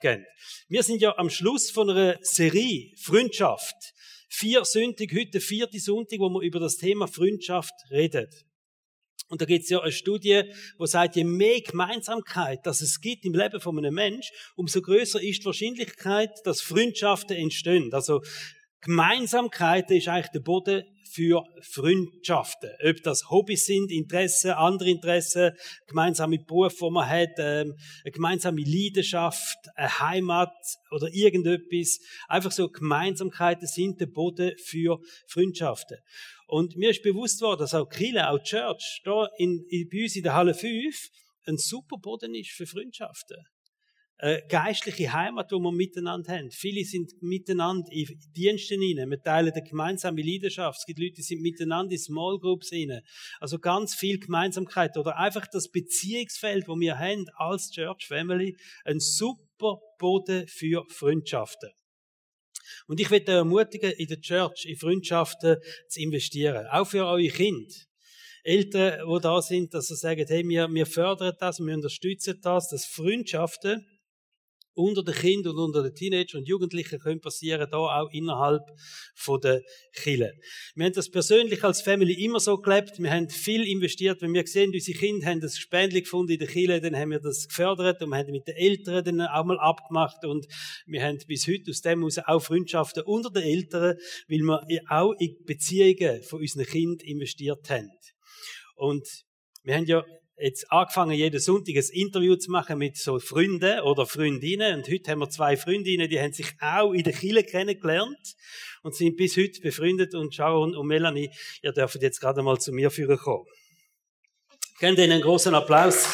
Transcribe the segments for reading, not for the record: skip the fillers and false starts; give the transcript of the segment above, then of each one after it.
geben. Wir sind ja am Schluss von einer Serie Freundschaft. 4 Sündig, heute der 4. Sonntag, wo wir über das Thema Freundschaft reden. Und da gibt es ja eine Studie, die sagt, je mehr Gemeinsamkeit, dass es gibt im Leben von einem Menschen, umso größer ist die Wahrscheinlichkeit, dass Freundschaften entstehen. Also Gemeinsamkeiten ist eigentlich der Boden für Freundschaften. Ob das Hobbys sind, Interessen, andere Interessen, gemeinsame Berufe, die man hat, eine gemeinsame Leidenschaft, eine Heimat oder irgendetwas. Einfach so Gemeinsamkeiten sind der Boden für Freundschaften. Und mir ist bewusst worden, dass auch Kirche, auch die Church, da bei uns in der Halle 5 ein super Boden ist für Freundschaften. Eine geistliche Heimat, die wir miteinander haben. Viele sind miteinander in Diensten rein. Wir teilen eine gemeinsame Leidenschaft. Es gibt Leute, die sind miteinander in Small Groups rein. Also ganz viel Gemeinsamkeit. Oder einfach das Beziehungsfeld, das wir haben als Church Family. Ein super Boden für Freundschaften. Und ich möchte euch ermutigen, in der Church, in Freundschaften zu investieren. Auch für eure Kinder. Eltern, die da sind, dass sie sagen, hey, wir fördern das, wir unterstützen das, dass Freundschaften unter den Kindern und unter den Teenagern und Jugendlichen können passieren, da auch innerhalb von der Kirche. Wir haben das persönlich als Family immer so gelebt. Wir haben viel investiert. Wenn wir sehen, unsere Kinder haben das Spendli gefunden in der Kirche, dann haben wir das gefördert und wir haben mit den Eltern dann auch mal abgemacht und wir haben bis heute aus dem heraus auch Freundschaften unter den Eltern, weil wir auch in Beziehungen von unseren Kindern investiert haben. Und wir haben ja jetzt angefangen, jeden Sonntag ein Interview zu machen mit so Freunden oder Freundinnen. Und heute haben wir 2 Freundinnen, die haben sich auch in der Kirche kennengelernt und sind bis heute befreundet. Und Sharon und Melanie, ihr dürft jetzt gerade mal zu mir führen kommen. Gebt ihnen einen großen Applaus.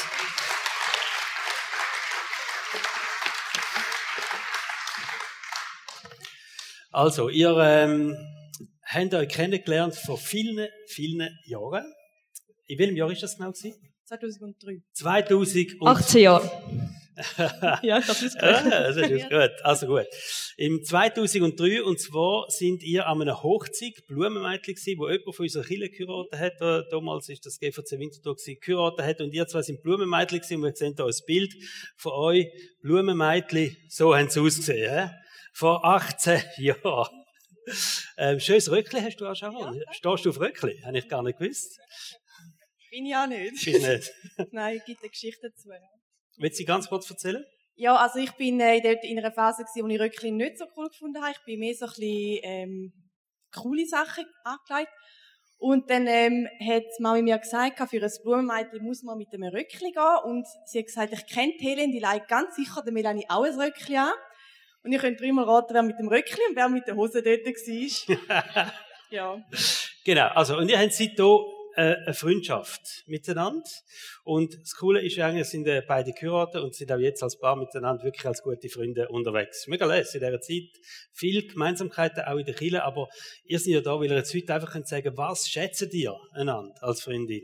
Also, ihr habt euch kennengelernt vor vielen, vielen Jahren. In welchem Jahr ist das genau gewesen? 2003. 18 Jahre. Ja, ich habe es gerechnet. Das ist gut. Also gut. Im 2003, und zwar sind ihr an einer Hochzeit, Blumenmädchen gewesen, wo jemand von unserer Kirche geheiratet hat. Damals ist das GVC Winterthur gewesen, geheiratet hat. Und ihr zwei sind Blumenmädchen gewesen. Und wir sehen hier ein Bild von euch. Blumenmädchen, so haben sie ausgesehen, he? Vor 18 Jahren. Schönes Röckli hast du auch schon. Ja. Stehst du auf Röckli? Habe ich gar nicht gewusst. Bin ich auch nicht. Bin nicht. Nein, es gibt eine Geschichte dazu. Willst du ganz kurz erzählen? Ja, also ich bin dort in einer Phase gewesen, wo ich Röckli nicht so cool gefunden habe. Ich bin mehr so ein bisschen coole Sachen angelegt. Und dann hat Mami mir gesagt, für ein Blumenmädchen muss man mit einem Röckli gehen. Und sie hat gesagt, ich kenne Helen, die legt ganz sicher der Melanie auch ein Röckli an. Und ihr könnt dreimal raten, wer mit dem Röckli und wer mit der Hose dort war. Ja. Genau, also, und ihr habt seitdem eine Freundschaft miteinander. Und das Coole ist eigentlich, sind beide geheiratet und sind auch jetzt als Paar miteinander wirklich als gute Freunde unterwegs. Mega lässig in dieser Zeit. Viel Gemeinsamkeiten auch in der Kirche, aber ihr seid ja da, weil ihr jetzt heute einfach könnt sagen, was schätzt ihr einander als Freundinnen?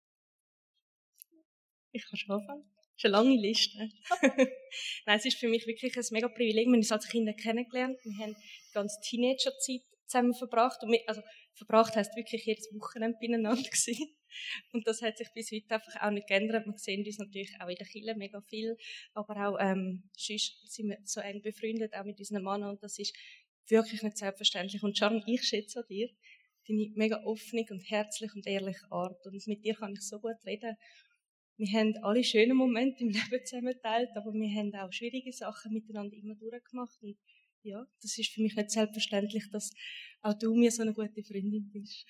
Ich kann schon anfangen. Das ist eine lange Liste. Nein, es ist für mich wirklich ein mega Privileg. Wir haben uns als Kinder kennengelernt. Wir haben die ganze Teenagerzeit zusammen verbracht. Und verbracht heisst wirklich jedes Wochenende beieinander gewesen. Und das hat sich bis heute einfach auch nicht geändert. Wir sehen uns natürlich auch in der Kirche mega viel. Aber auch, sonst sind wir so eng befreundet, auch mit unseren Männern. Und das ist wirklich nicht selbstverständlich. Und Sharon, ich schätze an dir deine mega offene und herzliche und ehrliche Art. Und mit dir kann ich so gut reden. Wir haben alle schönen Momente im Leben zusammen geteilt, aber wir haben auch schwierige Sachen miteinander immer durchgemacht. Und ja, das ist für mich nicht selbstverständlich, dass auch du mir so eine gute Freundin bist.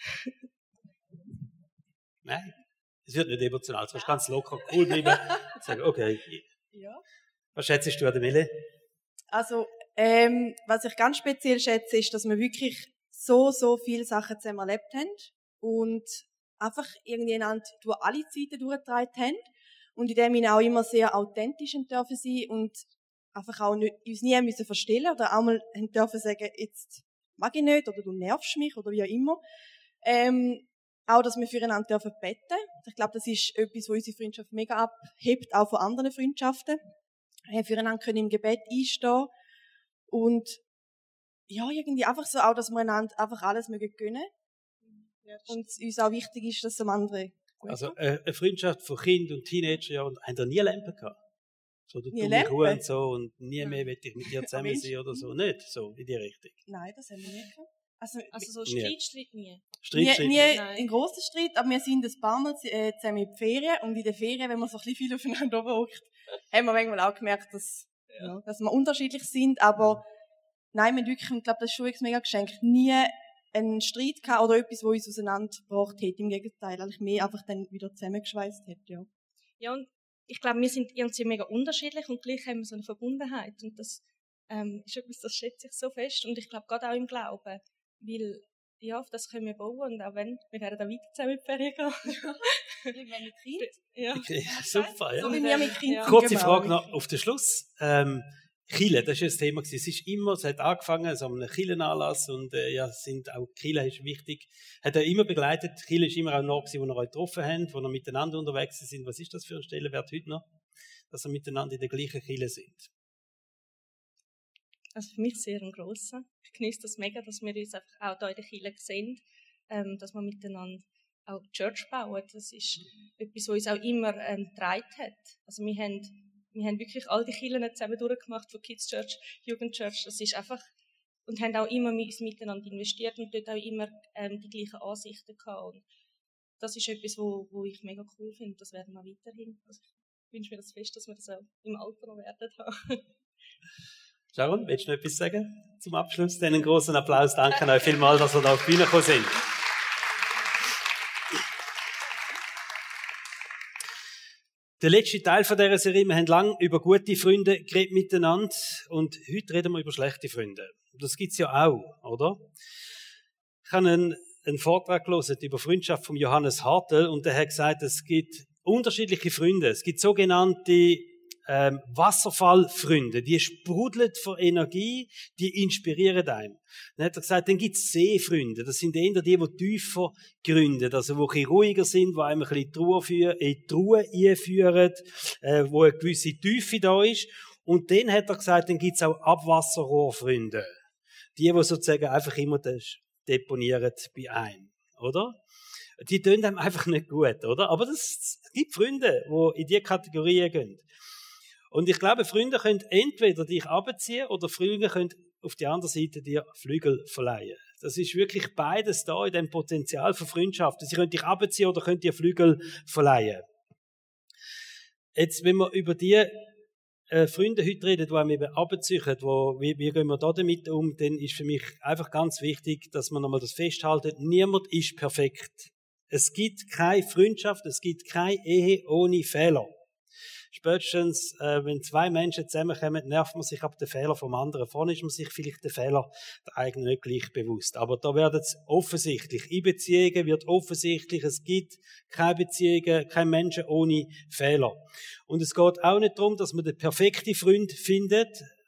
Nein, es wird nicht emotional. Du kannst ganz locker cool bleiben und sagen, okay. Ja. Was schätzt du an der Mille? Also, was ich ganz speziell schätze, ist, dass wir wirklich so viele Sachen zusammen erlebt haben und einfach irgendwie einander durch alle Zeiten durchgetragen haben und in dem auch immer sehr authentisch dürfen sein und einfach auch nicht, uns nie müssen verstellen oder auch mal dürfen sagen, jetzt mag ich nicht oder du nervst mich oder wie auch immer. Auch, dass wir füreinander dürfen beten. Ich glaube, das ist etwas, was unsere Freundschaft mega abhebt, auch von anderen Freundschaften. Wir füreinander können im Gebet einstehen und ja, irgendwie einfach so auch, dass wir einander einfach alles mögen gönnen. Ja, und uns auch wichtig ist, dass es dem anderen gut Also eine Freundschaft von Kind und Teenager, ja, und habt ihr nie Lampen gehabt? So, du Nie dumme Kuh lernen? und so und nie mehr will ich mit dir zusammen sein oder so. Nicht so, in die Richtung. Nein, das haben wir nicht gehabt. Also so Nie. Streit nie. Streit. Nie Nein. einen grossen Streit, aber wir sind ein paar Mal zusammen in die Ferien und in den Ferien, wenn man so ein bisschen viel aufeinander hockt, haben wir manchmal auch gemerkt, dass wir unterschiedlich sind, aber nein, wir haben wirklich, ich glaube, das ist schon ein mega Geschenk, nie einen Streit gehabt oder etwas, das uns auseinandergebracht hat. Im Gegenteil, eigentlich mehr einfach dann wieder zusammengeschweißt hat, ja. Ja, und ich glaube, wir sind irgendwie mega unterschiedlich und gleich haben wir so eine Verbundenheit. Und das ist etwas, das schätze ich so fest. Und ich glaube, gerade auch im Glauben. Weil, ja, auf das können wir bauen. Und auch wenn, wir werden dann weiter zusammen in die Ferien gehen. Irgendwann mit Kind. Ja. Okay, super, ja. So wie wir mit Kind. Ja. Kurze Genau. Frage noch auf den Schluss. Chile, das war ja das Thema. Es hat angefangen, so einem Chilenanlass und Chile ist wichtig. Hat er immer begleitet. Chile ist immer auch noch, wo ihr euch getroffen habt, wo ihr miteinander unterwegs sind. Was ist das für ein Stellenwert heute noch? Dass ihr miteinander in der gleichen Chile sind. Also für mich sehr ein grosser. Ich genieße das mega, dass wir uns einfach auch hier in der Kirche sehen, dass wir miteinander auch Church bauen. Das ist etwas, was uns auch immer getragen hat. Also wir haben wirklich all die Kirchen zusammen durchgemacht, von Kids Church, Jugend Church. Das ist einfach, und haben auch immer miteinander investiert und dort auch immer die gleichen Ansichten gehabt. Und das ist etwas, wo ich mega cool finde. Das werden wir weiterhin. Also ich wünsche mir das fest, dass wir das auch im Alter noch werden haben. Sharon, willst du noch etwas sagen zum Abschluss? Dann einen großen Applaus. Danke euch vielmals, dass ihr da auf die Bühne gekommen sind. Der letzte Teil von dieser Serie, wir haben lange über gute Freunde geredet miteinander und heute reden wir über schlechte Freunde. Das gibt's ja auch, oder? Ich habe einen Vortrag gelesen über Freundschaft von Johannes Hartl und der hat gesagt, es gibt unterschiedliche Freunde. Es gibt sogenannte Wasserfallfreunde, die sprudeln vor Energie, die inspirieren einem. Dann hat er gesagt, dann gibt's Seefreunde. Das sind eher die tiefer gründen, also die ein bisschen ruhiger sind, die einem ein bisschen in die Ruhe einführen, wo eine gewisse Tiefe da ist. Und dann hat er gesagt, dann gibt's auch Abwasserrohrfreunde. Die sozusagen einfach immer deponieren bei einem, oder? Die tun einem einfach nicht gut, oder? Aber es gibt Freunde, die in diese Kategorien gehen. Und ich glaube, Freunde können entweder dich abziehen oder Freunde können auf die andere Seite dir Flügel verleihen. Das ist wirklich beides da in dem Potenzial von Freundschaften. Sie können dich abziehen oder können dir Flügel verleihen. Jetzt, wenn wir über die Freunde heute reden, die einem eben abziehen, wie gehen wir da damit um, dann ist für mich einfach ganz wichtig, dass man nochmal das festhalten, niemand ist perfekt. Es gibt keine Freundschaft, es gibt keine Ehe ohne Fehler. Spätestens, wenn zwei Menschen zusammenkommen, nervt man sich ab den Fehler vom anderen. Vorne ist man sich vielleicht den Fehler der eigenen nicht gleich bewusst. Aber da wird es offensichtlich. In Beziehungen wird offensichtlich, es gibt keine Beziehungen, kein Menschen ohne Fehler. Und es geht auch nicht darum, dass man den perfekten Freund findet,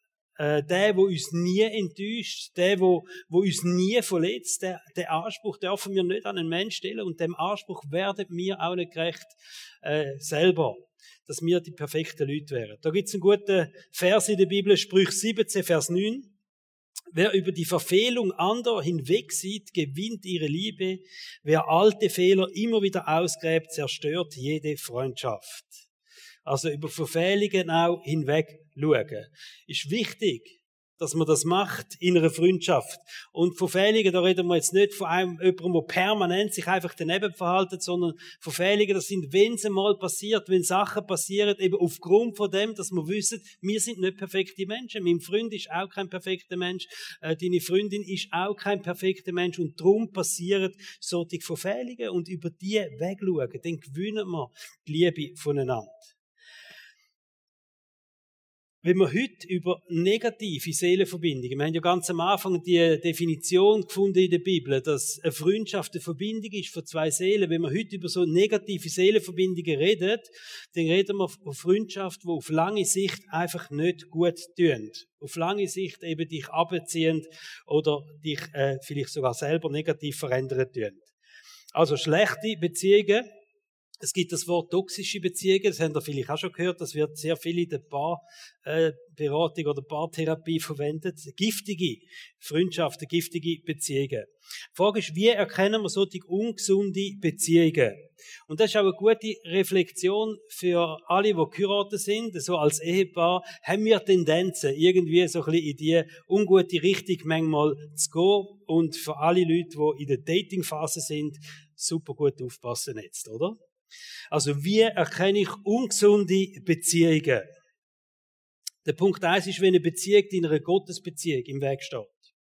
der uns nie enttäuscht, der uns nie verletzt, der Anspruch dürfen wir nicht an einen Menschen stellen und dem Anspruch werden wir auch nicht gerecht selber, dass wir die perfekten Leute wären. Da gibt es einen guten Vers in der Bibel, Sprüche 17, Vers 9. Wer über die Verfehlung anderer hinwegsieht, gewinnt ihre Liebe. Wer alte Fehler immer wieder ausgräbt, zerstört jede Freundschaft. Also über Verfehlungen auch hinweg schauen. Ist wichtig, dass man das macht in einer Freundschaft. Und Verfehlungen, da reden wir jetzt nicht von jemandem, der permanent sich einfach daneben verhaltet, sondern Verfehlungen, das sind, wenn es einmal passiert, wenn Sachen passieren, eben aufgrund von dem, dass wir wissen, wir sind nicht perfekte Menschen. Mein Freund ist auch kein perfekter Mensch. Deine Freundin ist auch kein perfekter Mensch. Und darum passieren solche Verfehlungen. Und über die wegschauen, dann gewinnen wir die Liebe voneinander. Wenn wir heute über negative Seelenverbindungen, wir haben ja ganz am Anfang die Definition gefunden in der Bibel, dass eine Freundschaft eine Verbindung ist von zwei Seelen. Wenn wir heute über so negative Seelenverbindungen reden, dann reden wir von Freundschaft, die auf lange Sicht einfach nicht gut tun. Auf lange Sicht eben dich abziehend oder dich vielleicht sogar selber negativ verändern tun. Also schlechte Beziehungen Es gibt das Wort toxische Beziehungen, das habt ihr vielleicht auch schon gehört, das wird sehr viel in der Paarberatung oder Paartherapie verwendet. Giftige Freundschaften, giftige Beziehungen. Die Frage ist, wie erkennen wir solche ungesunde Beziehungen? Und das ist auch eine gute Reflexion für alle, die geheiratet sind, so als Ehepaar, haben wir Tendenzen, irgendwie so ein bisschen in die ungute Richtung manchmal zu gehen. Und für alle Leute, die in der Datingphase sind, super gut aufpassen jetzt, oder? Also, wie erkenne ich ungesunde Beziehungen? Der Punkt 1 ist, wenn eine Beziehung in einer Gottesbeziehung im Weg steht.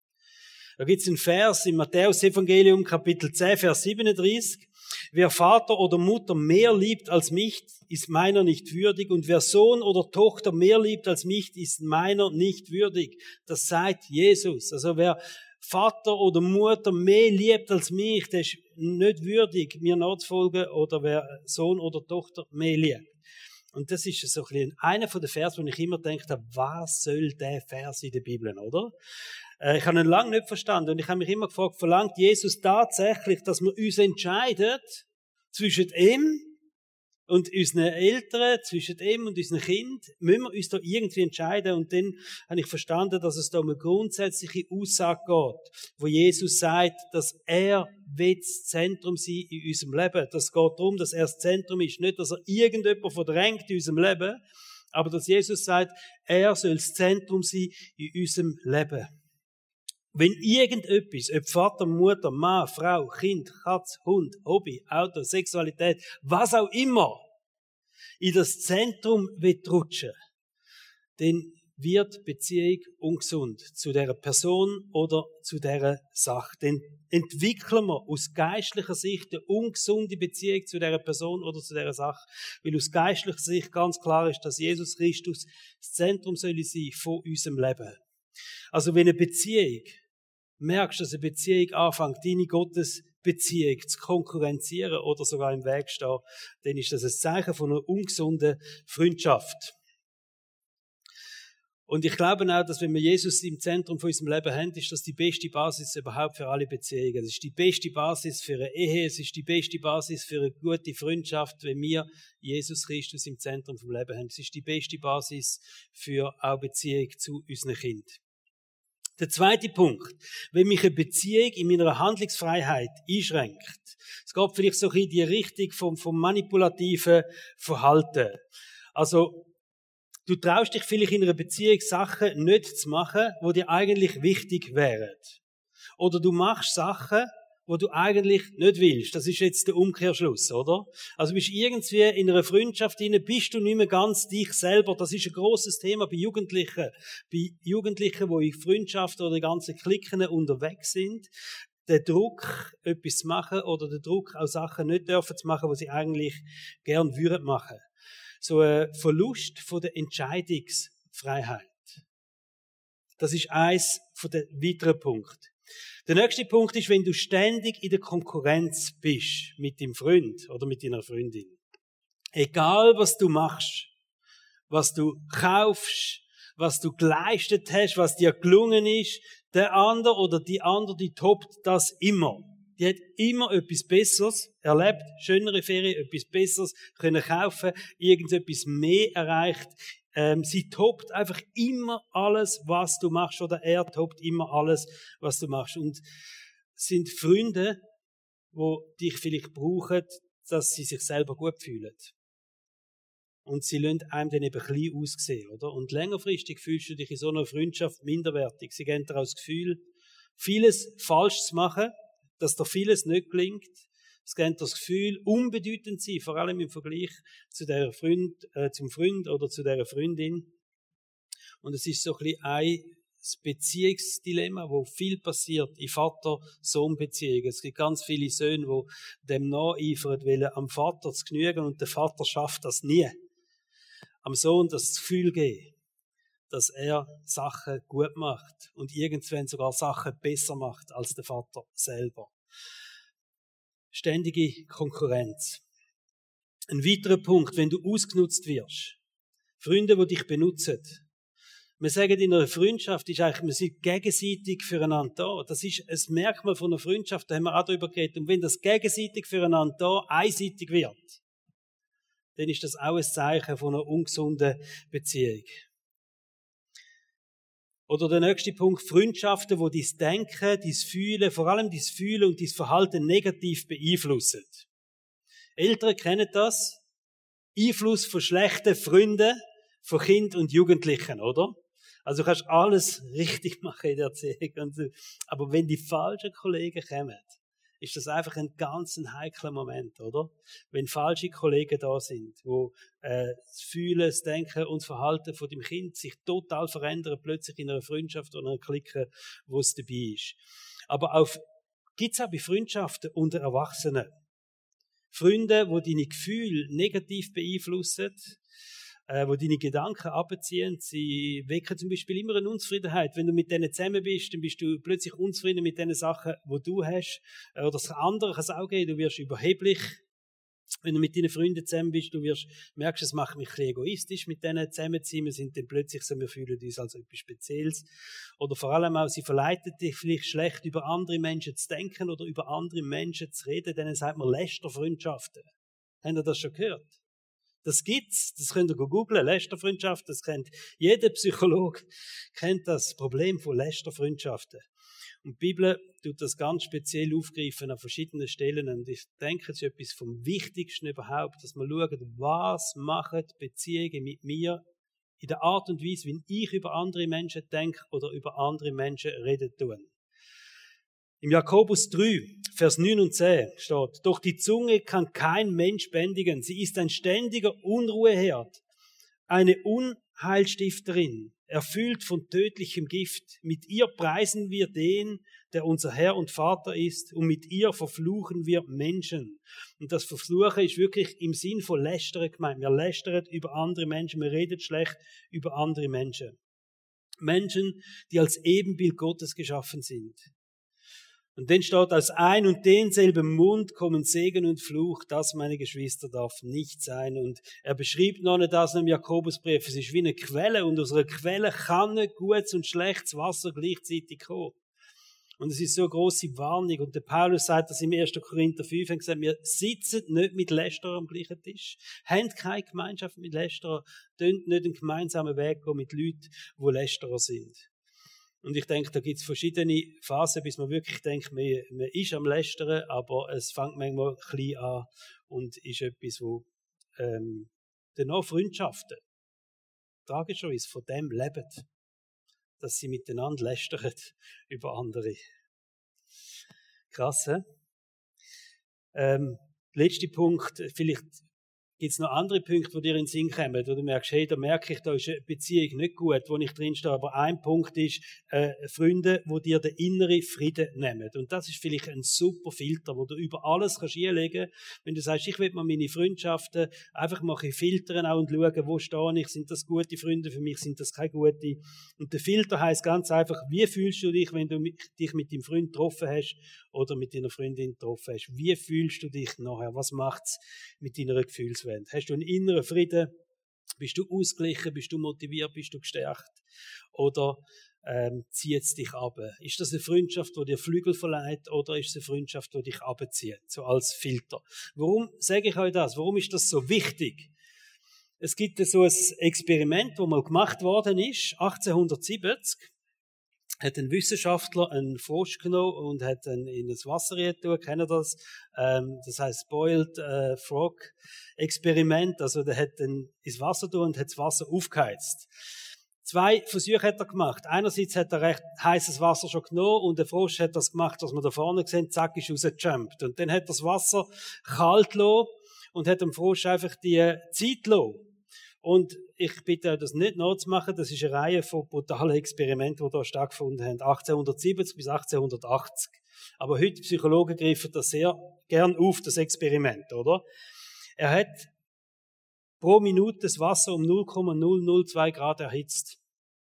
Da gibt es einen Vers im Matthäus-Evangelium, Kapitel 10, Vers 37. Wer Vater oder Mutter mehr liebt als mich, ist meiner nicht würdig. Und wer Sohn oder Tochter mehr liebt als mich, ist meiner nicht würdig. Das sagt Jesus. Also wer Vater oder Mutter mehr liebt als mich, der ist nicht würdig, mir nachzufolgen, oder wer Sohn oder Tochter mehr liebt. Und das ist so ein bisschen einer von den Versen, wo ich immer denke, was soll der Vers in der Bibel, oder? Ich habe ihn lange nicht verstanden und ich habe mich immer gefragt, verlangt Jesus tatsächlich, dass wir uns entscheiden zwischen ihm und unseren Eltern, zwischen ihm und unseren Kind? Müssen wir uns da irgendwie entscheiden? Und dann habe ich verstanden, dass es da um eine grundsätzliche Aussage geht, wo Jesus sagt, dass er das Zentrum sein in unserem Leben. Das geht darum, dass er das Zentrum ist. Nicht, dass er irgendjemand verdrängt in unserem Leben, aber dass Jesus sagt, er soll das Zentrum sein in unserem Leben. Wenn irgendetwas, ob Vater, Mutter, Mann, Frau, Kind, Katz, Hund, Hobby, Auto, Sexualität, was auch immer, in das Zentrum rutschen, dann wird Beziehung ungesund zu dieser Person oder zu dieser Sache. Dann entwickeln wir aus geistlicher Sicht eine ungesunde Beziehung zu dieser Person oder zu dieser Sache, weil aus geistlicher Sicht ganz klar ist, dass Jesus Christus das Zentrum soll sein von unserem Leben. Also wenn eine Beziehung, merkst, dass eine Beziehung anfängt, deine Gottesbeziehung zu konkurrenzieren oder sogar im Weg stehen, dann ist das ein Zeichen von einer ungesunden Freundschaft. Und ich glaube auch, dass wenn wir Jesus im Zentrum von unserem Leben haben, ist das die beste Basis überhaupt für alle Beziehungen. Es ist die beste Basis für eine Ehe, es ist die beste Basis für eine gute Freundschaft, wenn wir Jesus Christus im Zentrum vom Leben haben. Es ist die beste Basis für auch Beziehung zu unseren Kindern. Der zweite Punkt, wenn mich eine Beziehung in meiner Handlungsfreiheit einschränkt. Es geht vielleicht so in die Richtung vom manipulativen Verhalten. Also, du traust dich vielleicht in einer Beziehung Sachen nicht zu machen, die dir eigentlich wichtig wären. Oder du machst Sachen, wo du eigentlich nicht willst. Das ist jetzt der Umkehrschluss, oder? Also bist irgendwie in einer Freundschaft drin, bist du nicht mehr ganz dich selber. Das ist ein grosses Thema bei Jugendlichen. Bei Jugendlichen, die in Freundschaft oder in ganzen Klicken unterwegs sind. Der Druck, etwas zu machen oder der Druck, auch Sachen nicht dürfen zu machen, die sie eigentlich gern würden machen. So ein Verlust von der Entscheidungsfreiheit. Das ist eins von den weiteren Punkten. Der nächste Punkt ist, wenn du ständig in der Konkurrenz bist mit deinem Freund oder mit deiner Freundin. Egal, was du machst, was du kaufst, was du geleistet hast, was dir gelungen ist, der andere oder die andere, die toppt das immer. Die hat immer etwas Besseres erlebt, schönere Ferien, etwas Besseres können kaufen, irgendetwas mehr erreicht. Sie toppt einfach immer alles, was du machst, oder er toppt immer alles, was du machst. Und es sind Freunde, die dich vielleicht brauchen, dass sie sich selber gut fühlen. Und sie lassen einem dann eben klein aussehen, oder? Und längerfristig fühlst du dich in so einer Freundschaft minderwertig. Sie geben dir auch das Gefühl, vieles falsch zu machen, dass dir vieles nicht gelingt. Es gibt das Gefühl, unbedeutend zu sein, vor allem im Vergleich zu der zum Freund oder zu der Freundin. Und es ist so ein bisschen ein Beziehungsdilemma, wo viel passiert in Vater-Sohn-Beziehungen. Es gibt ganz viele Söhne, die dem nacheifern wollen, am Vater zu genügen, und der Vater schafft das nie. Am Sohn das Gefühl geben, dass er Sachen gut macht und irgendwann sogar Sachen besser macht als der Vater selber. Ständige Konkurrenz. Ein weiterer Punkt, wenn du ausgenutzt wirst. Freunde, die dich benutzen. Wir sagen, in einer Freundschaft ist eigentlich, wir sind gegenseitig füreinander da. Das ist ein Merkmal von einer Freundschaft, da haben wir auch darüber geredet. Und wenn das gegenseitig füreinander da einseitig wird, dann ist das auch ein Zeichen von einer ungesunden Beziehung. Oder der nächste Punkt, Freundschaften, die dein Denken, dein Fühlen, vor allem dein Fühlen und dein Verhalten negativ beeinflussen. Eltern kennen das. Einfluss von schlechten Freunden, von Kind und Jugendlichen, oder? Also du kannst alles richtig machen in der Erziehung. Aber wenn die falschen Kollegen kommen, ist das einfach ein ganz heikler Moment, oder? Wenn falsche Kollegen da sind, wo das Fühlen, das Denken und das Verhalten von dem Kind sich total verändern, plötzlich in einer Freundschaft oder einer Clique, wo es dabei ist. Aber gibt es auch bei Freundschaften unter Erwachsenen Freunde, die deine Gefühle negativ beeinflussen, wo deine Gedanken abziehen. Sie wecken zum Beispiel immer eine Unzufriedenheit. Wenn du mit denen zusammen bist, dann bist du plötzlich unzufrieden mit den Sachen, die du hast. Oder das andere kann es auch geben. Du wirst überheblich. Wenn du mit deinen Freunden zusammen bist, merkst, es macht mich ein bisschen egoistisch, mit denen zusammen zu sein. Wir sind dann plötzlich so, wir fühlen uns als etwas Spezielles. Oder vor allem auch, sie verleiten dich vielleicht schlecht, über andere Menschen zu denken oder über andere Menschen zu reden. Denen sagt man Lästerfreundschaften. Habt ihr das schon gehört? Das gibt's, das könnt ihr googlen, Lästerfreundschaft, das kennt jeder Psychologe, kennt das Problem von Lästerfreundschaften. Und die Bibel tut das ganz speziell aufgreifen an verschiedenen Stellen und ich denke, es ist etwas vom Wichtigsten überhaupt, dass wir schauen, was machen Beziehungen mit mir in der Art und Weise, wie ich über andere Menschen denke oder über andere Menschen reden tue. Im Jakobus 3, Vers 9 und 10 steht, doch die Zunge kann kein Mensch bändigen. Sie ist ein ständiger Unruheherd, eine Unheilstifterin, erfüllt von tödlichem Gift. Mit ihr preisen wir den, der unser Herr und Vater ist, und mit ihr verfluchen wir Menschen. Und das Verfluchen ist wirklich im Sinn von Lästern gemeint. Wir lästern über andere Menschen, wir reden schlecht über andere Menschen. Menschen, die als Ebenbild Gottes geschaffen sind. Und dann steht, aus ein und denselben Mund kommen Segen und Fluch, das, meine Geschwister, darf nicht sein. Und er beschreibt noch nicht das im Jakobusbrief. Es ist wie eine Quelle und aus einer Quelle kann nicht gutes und schlechtes Wasser gleichzeitig kommen. Und es ist so eine grosse Warnung. Und der Paulus sagt das im 1. Korinther 5, und gesagt, wir sitzen nicht mit Lästerern am gleichen Tisch, haben keine Gemeinschaft mit Lästerern, können nicht einen gemeinsamen Weg gehen mit Leuten, die Lästerer sind. Und ich denke, da gibt es verschiedene Phasen, bis man wirklich denkt, man ist am Lästern, aber es fängt manchmal klein an und ist etwas, wo danach Freundschaften tragischerweise von dem leben, dass sie miteinander lästern über andere. Krass, hä? Letzter Punkt, vielleicht gibt es noch andere Punkte, die dir in den Sinn kommen, wo du merkst, hey, da merke ich, da ist eine Beziehung nicht gut, wo ich drinstehe. Aber ein Punkt ist, Freunde, die dir den inneren Frieden nehmen. Und das ist vielleicht ein super Filter, wo du über alles kannst einlegen. Wenn du sagst, ich will mal meine Freundschaften einfach mal filtern auch und schauen, wo stehe ich, sind das gute Freunde für mich, sind das keine gute. Und der Filter heisst ganz einfach, wie fühlst du dich, wenn du dich mit deinem Freund getroffen hast oder mit deiner Freundin getroffen hast? Wie fühlst du dich nachher? Was macht's mit deiner Gefühlswelt? Hast du einen inneren Frieden? Bist du ausgeglichen? Bist du motiviert? Bist du gestärkt? Oder zieht es dich ab? Ist das eine Freundschaft, die dir Flügel verleiht, oder ist es eine Freundschaft, die dich abzieht? So als Filter. Warum sage ich euch das? Warum ist das so wichtig? Es gibt so ein Experiment, das mal gemacht worden ist, 1870. Hat ein Wissenschaftler einen Frosch genommen und hat ihn in das Wasser getan. Kennt ihr das? Das heisst Boiled Frog Experiment. Also der hat ihn ins Wasser getan und hat das Wasser aufgeheizt. 2 Versuche hat er gemacht. Einerseits hat er recht heißes Wasser schon genommen und der Frosch hat das gemacht, was wir da vorne sehen, zack, ist rausgejumpt. Und dann hat er das Wasser kalt gelassen und hat dem Frosch einfach die Zeit gelassen. Und ich bitte euch, das nicht nachzumachen. Das ist eine Reihe von brutalen Experimenten, die da stattgefunden haben. 1870 bis 1880. Aber heute Psychologen greifen das sehr gern auf, das Experiment, oder? Er hat pro Minute das Wasser um 0,002 Grad erhitzt.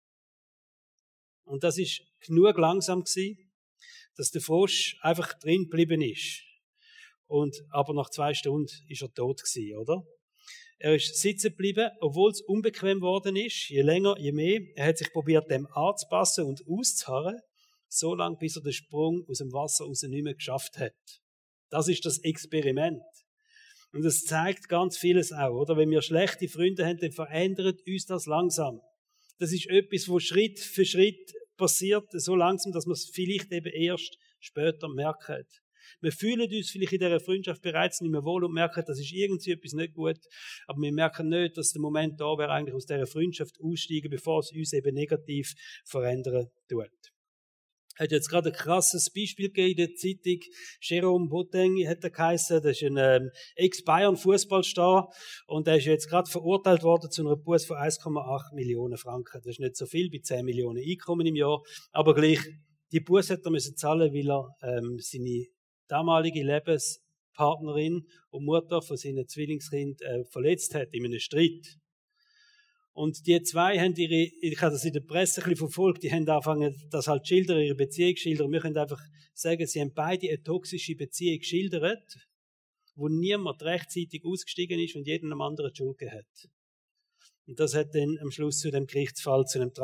Und das ist genug langsam gewesen, dass der Frosch einfach drin geblieben ist. Aber nach 2 Stunden ist er tot gewesen, oder? Er ist sitzen geblieben, obwohl es unbequem worden ist, je länger, je mehr. Er hat sich probiert, dem anzupassen und auszuharren, so lange, bis er den Sprung aus dem Wasser raus nicht mehr geschafft hat. Das ist das Experiment. Und das zeigt ganz vieles auch, oder? Wenn wir schlechte Freunde haben, dann verändert uns das langsam. Das ist etwas, wo Schritt für Schritt passiert, so langsam, dass man es vielleicht eben erst später merkt. Wir fühlen uns vielleicht in dieser Freundschaft bereits nicht mehr wohl und merken, das ist irgendwie etwas nicht gut, aber wir merken nicht, dass der Moment da wäre, eigentlich aus dieser Freundschaft aussteigen, bevor es uns eben negativ verändern tut. Hat jetzt gerade ein krasses Beispiel gegeben in der Zeitung. Jérôme Boateng hat er geheissen. Das ist ein Ex-Bayern-Fußballstar. Und er ist jetzt gerade verurteilt worden zu einer Buße von 1,8 Millionen Franken. Das ist nicht so viel, bei 10 Millionen Einkommen im Jahr. Aber gleich, die Buße hat er müssen zahlen, weil er seine damalige Lebenspartnerin und Mutter von seinem Zwillingskind verletzt hat in einem Streit. Und die zwei haben ich habe das in der Presse ein bisschen verfolgt, die haben angefangen, das halt schildern, ihre Beziehung schildern. Wir können einfach sagen, sie haben beide eine toxische Beziehung geschildert, wo niemand rechtzeitig ausgestiegen ist und jedem einem anderen die Schuld gegeben hat. Und das hat dann am Schluss zu dem Gerichtsfall, zu dieser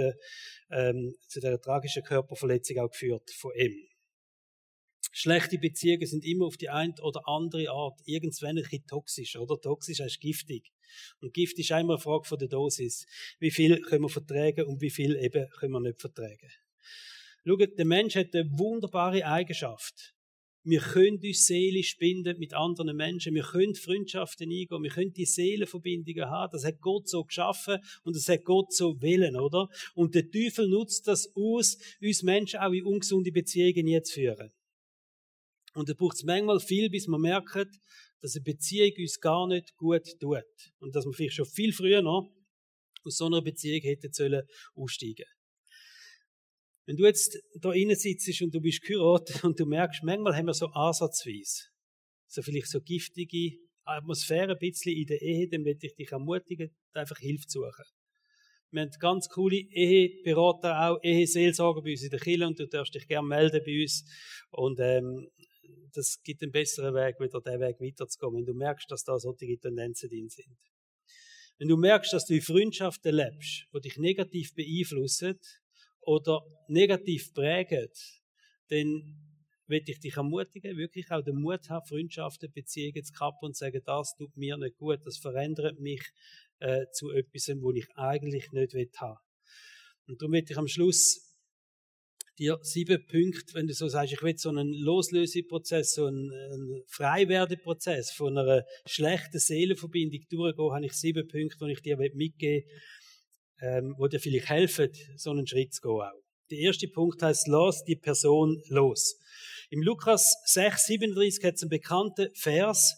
tragischen Körperverletzung auch geführt von ihm. Schlechte Beziehungen sind immer auf die eine oder andere Art irgendwann ein bisschen toxisch, oder? Toxisch heißt giftig. Und Gift ist einmal eine Frage von der Dosis. Wie viel können wir vertragen und wie viel eben können wir nicht vertragen. Schaut, der Mensch hat eine wunderbare Eigenschaft. Wir können uns seelisch binden mit anderen Menschen. Wir können Freundschaften eingehen. Wir können die Seelenverbindungen haben. Das hat Gott so geschaffen und das hat Gott so wollen, oder? Und der Teufel nutzt das aus, uns Menschen auch in ungesunde Beziehungen zu führen. Und da braucht es manchmal viel, bis man merkt, dass eine Beziehung uns gar nicht gut tut. Und dass man vielleicht schon viel früher noch aus so einer Beziehung hätte aussteigen sollen. Wenn du jetzt da innen sitzt und du bist geheiratet und du merkst, manchmal haben wir so ansatzweise, so vielleicht so giftige Atmosphäre ein bisschen in der Ehe, dann möchte ich dich ermutigen, einfach Hilfe zu suchen. Wir haben ganz coole Eheberater, auch Eheseelsorger bei uns in der Kirche und du darfst dich gerne melden bei uns. Und das gibt einen besseren Weg, wieder den Weg weiterzukommen, wenn du merkst, dass da solche Tendenzen drin sind. Wenn du merkst, dass du in Freundschaften lebst, die dich negativ beeinflussen oder negativ prägen, dann möchte ich dich ermutigen, wirklich auch den Mut haben, Freundschaften, Beziehungen zu kappen und zu sagen, das tut mir nicht gut, das verändert mich zu etwas, wo ich eigentlich nicht haben will. Und darum möchte ich am Schluss dir 7 Punkte, wenn du so sagst, ich will so einen Loslöseprozess, so einen Freiwerdeprozess von einer schlechten Seelenverbindung durchgehen, habe ich 7 Punkte, die ich dir mitgeben will, die dir vielleicht helfen, so einen Schritt zu gehen auch. Der erste Punkt heißt, lass die Person los. Im Lukas 6,37 hat es einen bekannten Vers,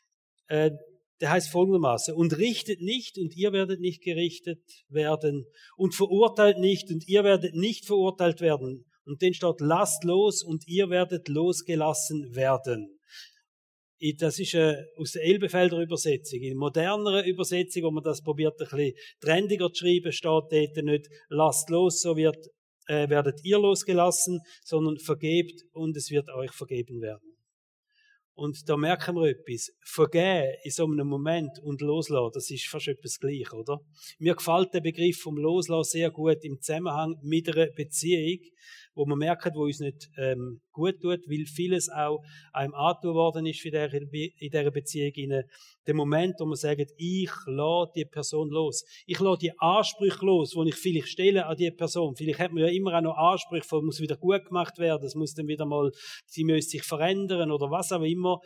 der heißt folgendermaßen, und richtet nicht und ihr werdet nicht gerichtet werden und verurteilt nicht und ihr werdet nicht verurteilt werden. Und dann steht, lasst los und ihr werdet losgelassen werden. Das ist aus der Elbefelder Übersetzung. In moderneren Übersetzung, wo man das probiert, ein bisschen trendiger zu schreiben, steht dort nicht, lasst los, so werdet ihr losgelassen, sondern vergebt und es wird euch vergeben werden. Und da merken wir etwas. Vergeben in so einem Moment und loslassen, das ist fast etwas gleich, oder? Mir gefällt der Begriff vom Loslassen sehr gut im Zusammenhang mit einer Beziehung, wo man merkt, wo uns nicht gut tut, weil vieles auch einem angetan worden ist in dieser Beziehung. Der Moment, wo man sagt, ich lasse die Person los. Ich lasse die Ansprüche los, die ich vielleicht stelle an die Person. Vielleicht hat man ja immer auch noch Ansprüche, von, muss wieder gut gemacht werden, es muss dann wieder mal, sie müssen sich verändern oder was auch immer.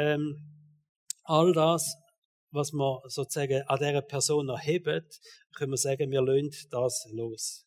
All das, was man sozusagen an dieser Person erhebt, können wir sagen, wir lassen das los.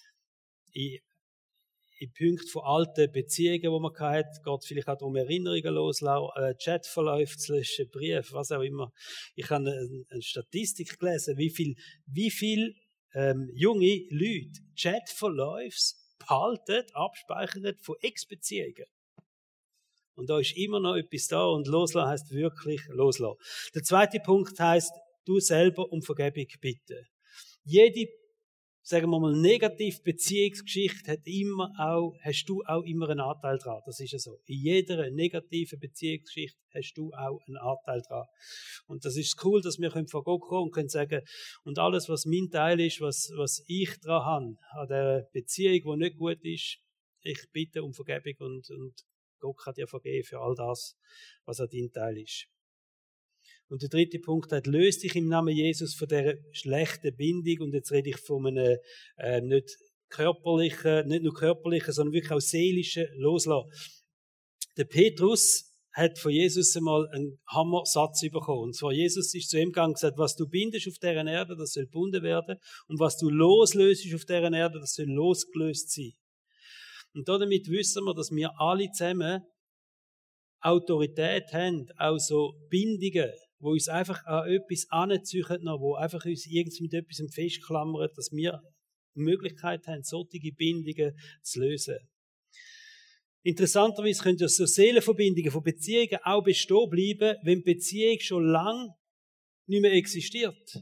In Punkten von alten Beziehungen, die man hatte, geht vielleicht auch darum, Erinnerungen loslassen, Chatverläufe zwischen Briefen, was auch immer. Ich habe eine Statistik gelesen, wie viel junge Leute Chatverläufe behalten, abspeichern von Ex-Beziehungen. Und da ist immer noch etwas da und loslassen heisst wirklich loslassen. Der zweite Punkt heisst, du selber um Vergebung bitten. Jede, sagen wir mal, negative Beziehungsgeschichte hast du auch immer einen Anteil dran. Das ist ja so. In jeder negativen Beziehungsgeschichte hast du auch einen Anteil dran. Und das ist cool, dass wir vor Gott kommen und können sagen, und alles, was mein Teil ist, was ich dran habe, an dieser Beziehung, die nicht gut ist, ich bitte um Vergebung und Gott kann dir vergeben für all das, was an dein Teil ist. Und der dritte Punkt hat, löst dich im Namen Jesus von dieser schlechten Bindung. Und jetzt rede ich von einem nicht nur körperlichen, sondern wirklich auch seelischen Loslassen. Der Petrus hat von Jesus einmal einen Hammersatz bekommen. Und zwar, Jesus ist zu ihm gegangen und gesagt, was du bindest auf dieser Erde, das soll gebunden werden. Und was du loslöst auf dieser Erde, das soll losgelöst sein. Und damit wissen wir, dass wir alle zusammen Autorität haben, auch so Bindungen, wo uns einfach an etwas anziehen, wo einfach uns irgendwie mit etwas festklammern, dass wir die Möglichkeit haben, solche Bindungen zu lösen. Interessanterweise können ja so Seelenverbindungen von Beziehungen auch bestehen bleiben, wenn die Beziehung schon lange nicht mehr existiert.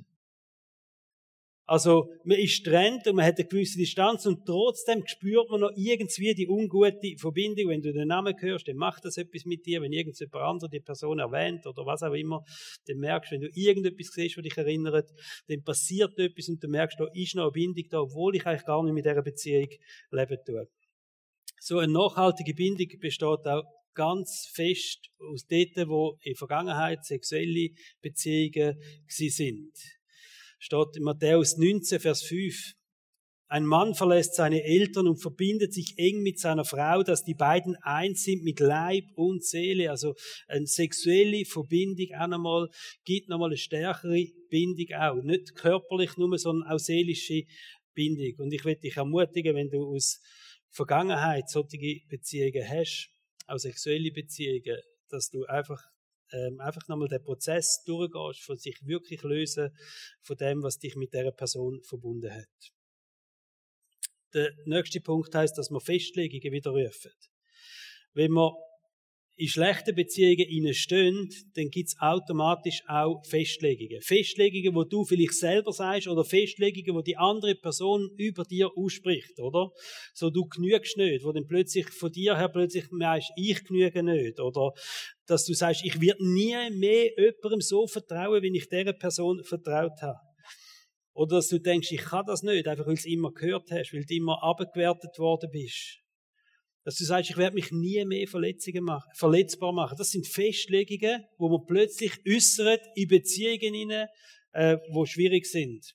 Also, man ist getrennt und man hat eine gewisse Distanz und trotzdem spürt man noch irgendwie die ungute Verbindung. Wenn du den Namen hörst, dann macht das etwas mit dir. Wenn irgendjemand anderes die Person erwähnt oder was auch immer, dann merkst du, wenn du irgendetwas siehst, was dich erinnert, dann passiert etwas und du merkst, da ist noch eine Bindung da, obwohl ich eigentlich gar nicht mit dieser Beziehung leben tue. So eine nachhaltige Bindung besteht auch ganz fest aus dort, wo in der Vergangenheit sexuelle Beziehungen gewesen sind. Steht in Matthäus 19, Vers 5. Ein Mann verlässt seine Eltern und verbindet sich eng mit seiner Frau, dass die beiden eins sind mit Leib und Seele. Also eine sexuelle Verbindung auch nochmal, gibt nochmal eine stärkere Bindung auch. Nicht körperlich nur, sondern auch seelische Bindung. Und ich will dich ermutigen, wenn du aus Vergangenheit solche Beziehungen hast, auch sexuelle Beziehungen, dass du einfach nochmal den Prozess durchgehst, von sich wirklich lösen von dem, was dich mit dieser Person verbunden hat. Der nächste Punkt heisst, dass wir Festlegungen widerrufen. Wenn wir in schlechten Beziehungen stehen, dann gibt es automatisch auch Festlegungen. Festlegungen, wo du vielleicht selber sagst, oder Festlegungen, wo die andere Person über dir ausspricht, oder? So, du genügst nicht, wo dann plötzlich von dir her plötzlich meinst, ich genüge nicht, oder? Dass du sagst, ich werde nie mehr jemandem so vertrauen, wie ich dieser Person vertraut habe. Oder dass du denkst, ich kann das nicht, einfach weil du es immer gehört hast, weil du immer abgewertet worden bist. Dass du sagst, ich werde mich nie mehr verletzbar machen. Das sind Festlegungen, wo man plötzlich äußert in Beziehungen hinein, die schwierig sind.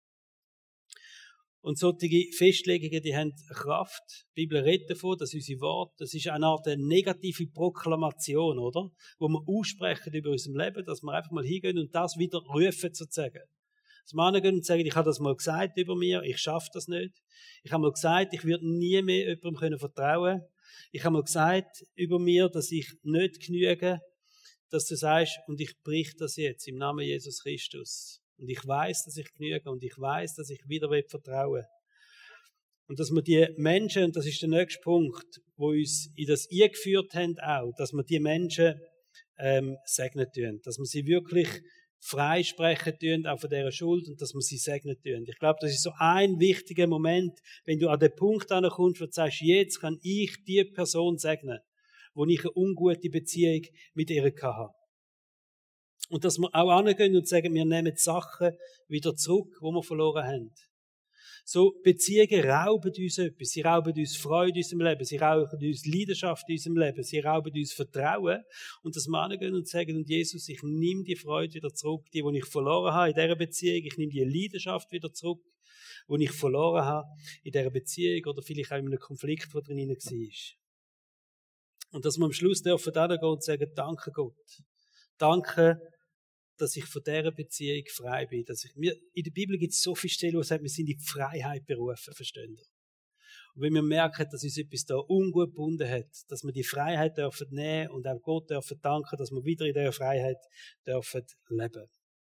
Und solche Festlegungen, die haben Kraft. Die Bibel redet davon, dass unsere Worte, das ist eine Art negative Proklamation, oder? Wo wir aussprechen über unser Leben, dass wir einfach mal hingehen und das wieder rufen, sozusagen. Dass wir hingehen und sagen, ich habe das mal gesagt über mir, ich schaffe das nicht. Ich habe mal gesagt, ich würde nie mehr jemandem vertrauen können. Ich habe mal gesagt über mir, dass ich nicht genüge, dass du sagst, und ich brich das jetzt im Namen Jesus Christus. Und ich weiß, dass ich genüge und ich weiß, dass ich wieder vertrauen will. Und dass wir die Menschen, und das ist der nächste Punkt, wo uns in das eingeführt haben auch, dass wir die Menschen segnen tun. Dass wir sie wirklich freisprechen tun, auch von dieser Schuld, und dass wir sie segnen tun. Ich glaube, das ist so ein wichtiger Moment, wenn du an den Punkt ankommst, wo du sagst, jetzt kann ich die Person segnen, wo ich eine ungute Beziehung mit ihr hatte. Und dass wir auch angehen und sagen, wir nehmen die Sachen wieder zurück, die wir verloren haben. So, Beziehungen rauben uns etwas. Sie rauben uns Freude in unserem Leben. Sie rauben uns Leidenschaft in unserem Leben. Sie rauben uns Vertrauen. Und dass wir angehen und sagen, und Jesus, ich nehme die Freude wieder zurück, die ich verloren habe in dieser Beziehung. Ich nehme die Leidenschaft wieder zurück, die ich verloren habe in dieser Beziehung oder vielleicht auch in einem Konflikt, der drin war. Und dass wir am Schluss dürfen gehen und sagen, danke Gott. Danke, dass ich von dieser Beziehung frei bin. In der Bibel gibt es so viele Stellen, wo es sagt, wir sind in die Freiheit berufen, verstehen Sie? Und wenn wir merken, dass uns etwas da ungut gebunden hat, dass wir die Freiheit dürfen nehmen und auch Gott dürfen danken, dass wir wieder in dieser Freiheit dürfen leben.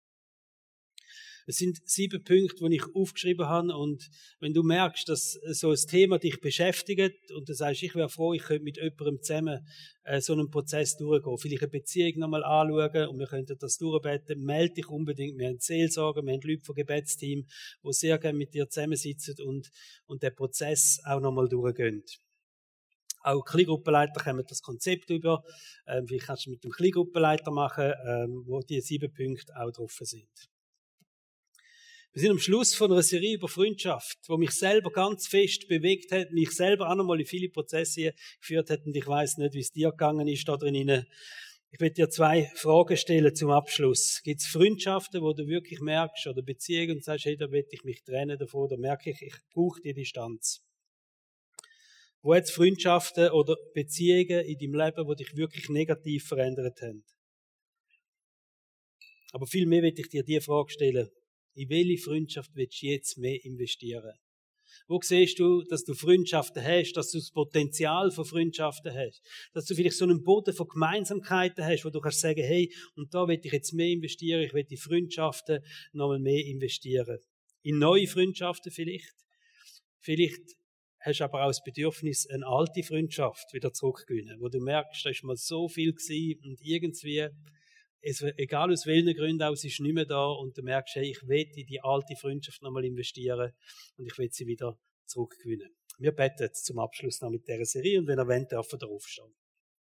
Es sind 7 Punkte, die ich aufgeschrieben habe, und wenn du merkst, dass so ein Thema dich beschäftigt und du sagst, ich wäre froh, ich könnte mit jemandem zusammen so einen Prozess durchgehen, vielleicht eine Beziehung nochmal anschauen und wir könnten das durchbeten, melde dich unbedingt. Wir haben Seelsorger, wir haben Leute vom Gebetsteam, die sehr gerne mit dir zusammensitzen und den Prozess auch nochmal durchgehen. Auch Kleingruppenleiter kommen das Konzept über. Vielleicht kannst du mit dem Kleingruppenleiter machen, wo die 7 Punkte auch drauf sind. Wir sind am Schluss von einer Serie über Freundschaft, die mich selber ganz fest bewegt hat, mich selber auch noch mal in viele Prozesse geführt hat, und ich weiss nicht, wie es dir gegangen ist da drin. Ich will dir 2 Fragen stellen zum Abschluss. Gibt es Freundschaften, wo du wirklich merkst, oder Beziehungen, und sagst, hey, da will ich mich trennen davon, da merke ich brauche die Distanz. Wo hat es Freundschaften oder Beziehungen in deinem Leben, die dich wirklich negativ verändert haben? Aber viel mehr will ich dir die Frage stellen. In welche Freundschaft willst du jetzt mehr investieren? Wo siehst du, dass du Freundschaften hast, dass du das Potenzial von Freundschaften hast, dass du vielleicht so einen Boden von Gemeinsamkeiten hast, wo du kannst sagen, hey, und da will ich jetzt mehr investieren, ich will in Freundschaften nochmal mehr investieren. In neue Freundschaften vielleicht. Vielleicht hast du aber auch das Bedürfnis, eine alte Freundschaft wieder zurückzugewinnen, wo du merkst, da ist mal so viel gewesen und irgendwie, egal aus welchen Gründen aus, ist nicht mehr da und du merkst, hey, ich will in die alte Freundschaft nochmal investieren und ich will sie wieder zurückgewinnen. Wir beten jetzt zum Abschluss noch mit dieser Serie und wenn ihr wollt, dürfen wir aufstehen.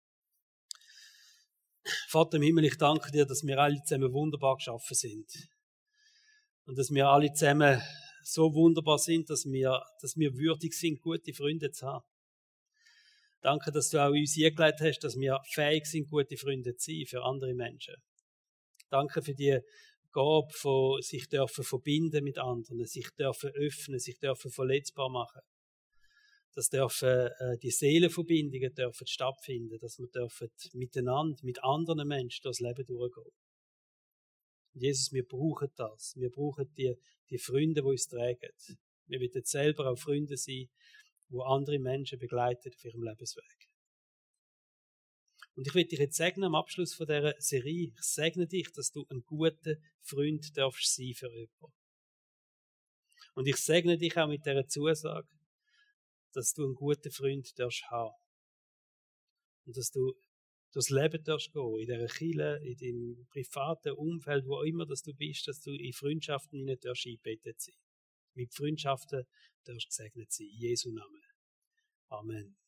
Vater im Himmel, ich danke dir, dass wir alle zusammen wunderbar geschaffen sind und dass wir alle zusammen so wunderbar sind, dass wir würdig sind, gute Freunde zu haben. Danke, dass du auch uns eingelegt hast, dass wir fähig sind, gute Freunde zu sein für andere Menschen. Danke für die Gabe von sich dürfen verbinden mit anderen, sich dürfen öffnen, sich dürfen verletzbar machen. Dass dürfen die Seelenverbindungen dürfen stattfinden, dass wir dürfen miteinander, mit anderen Menschen das Leben durchgehen. Und Jesus, wir brauchen das. Wir brauchen die Freunde, die uns tragen. Wir wollen selber auch Freunde sein, die andere Menschen begleiten auf ihrem Lebensweg. Und ich will dich jetzt segnen am Abschluss von dieser Serie. Ich segne dich, dass du ein guter Freund darfst sein für jemanden. Und ich segne dich auch mit dieser Zusage, dass du einen guten Freund darfst haben. Und dass du durchs Leben darfst gehen, in dieser Kirche, in deinem privaten Umfeld, wo immer dass du bist, dass du in Freundschaften hinein darfst eingebettet sein. Mit Freundschaften darfst du gesegnet sein. In Jesu Namen. Amen.